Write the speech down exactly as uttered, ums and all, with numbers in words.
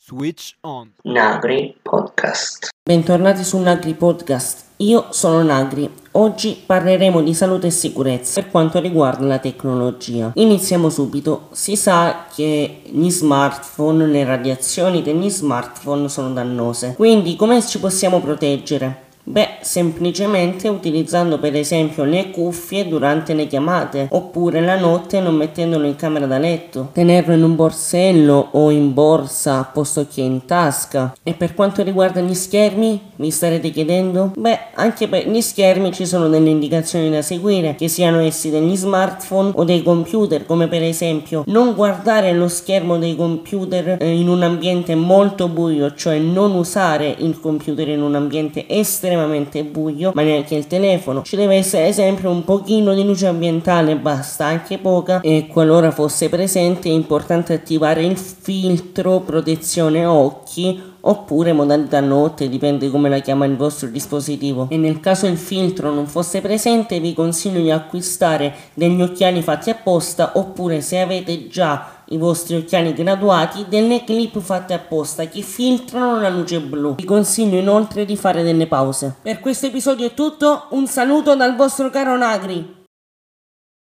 Switch on. Nagri Podcast. Bentornati su Nagri Podcast. Io sono Nagri. Oggi parleremo di salute e sicurezza per quanto riguarda la tecnologia. Iniziamo subito. Si sa che gli smartphone, le radiazioni degli smartphone sono dannose. Quindi come ci possiamo proteggere? Beh, semplicemente utilizzando per esempio le cuffie durante le chiamate, oppure la notte non mettendolo in camera da letto, tenerlo in un borsello o in borsa posto che in tasca. E per quanto riguarda gli schermi, vi starete chiedendo? Beh, anche per gli schermi ci sono delle indicazioni da seguire, che siano essi degli smartphone o dei computer, come per esempio non guardare lo schermo dei computer eh, in un ambiente molto buio, cioè non usare il computer in un ambiente estremamente buio, ma neanche il telefono. Ci deve essere sempre un pochino di luce ambientale, basta anche poca, e qualora fosse presente è importante attivare il filtro protezione occhi oppure modalità notte, dipende come la chiama il vostro dispositivo. E nel caso il filtro non fosse presente vi consiglio di acquistare degli occhiali fatti apposta, oppure se avete già i vostri occhiali graduati, delle clip fatte apposta che filtrano la luce blu. Vi consiglio inoltre di fare delle pause. Per questo episodio è tutto, un saluto dal vostro caro Nagri.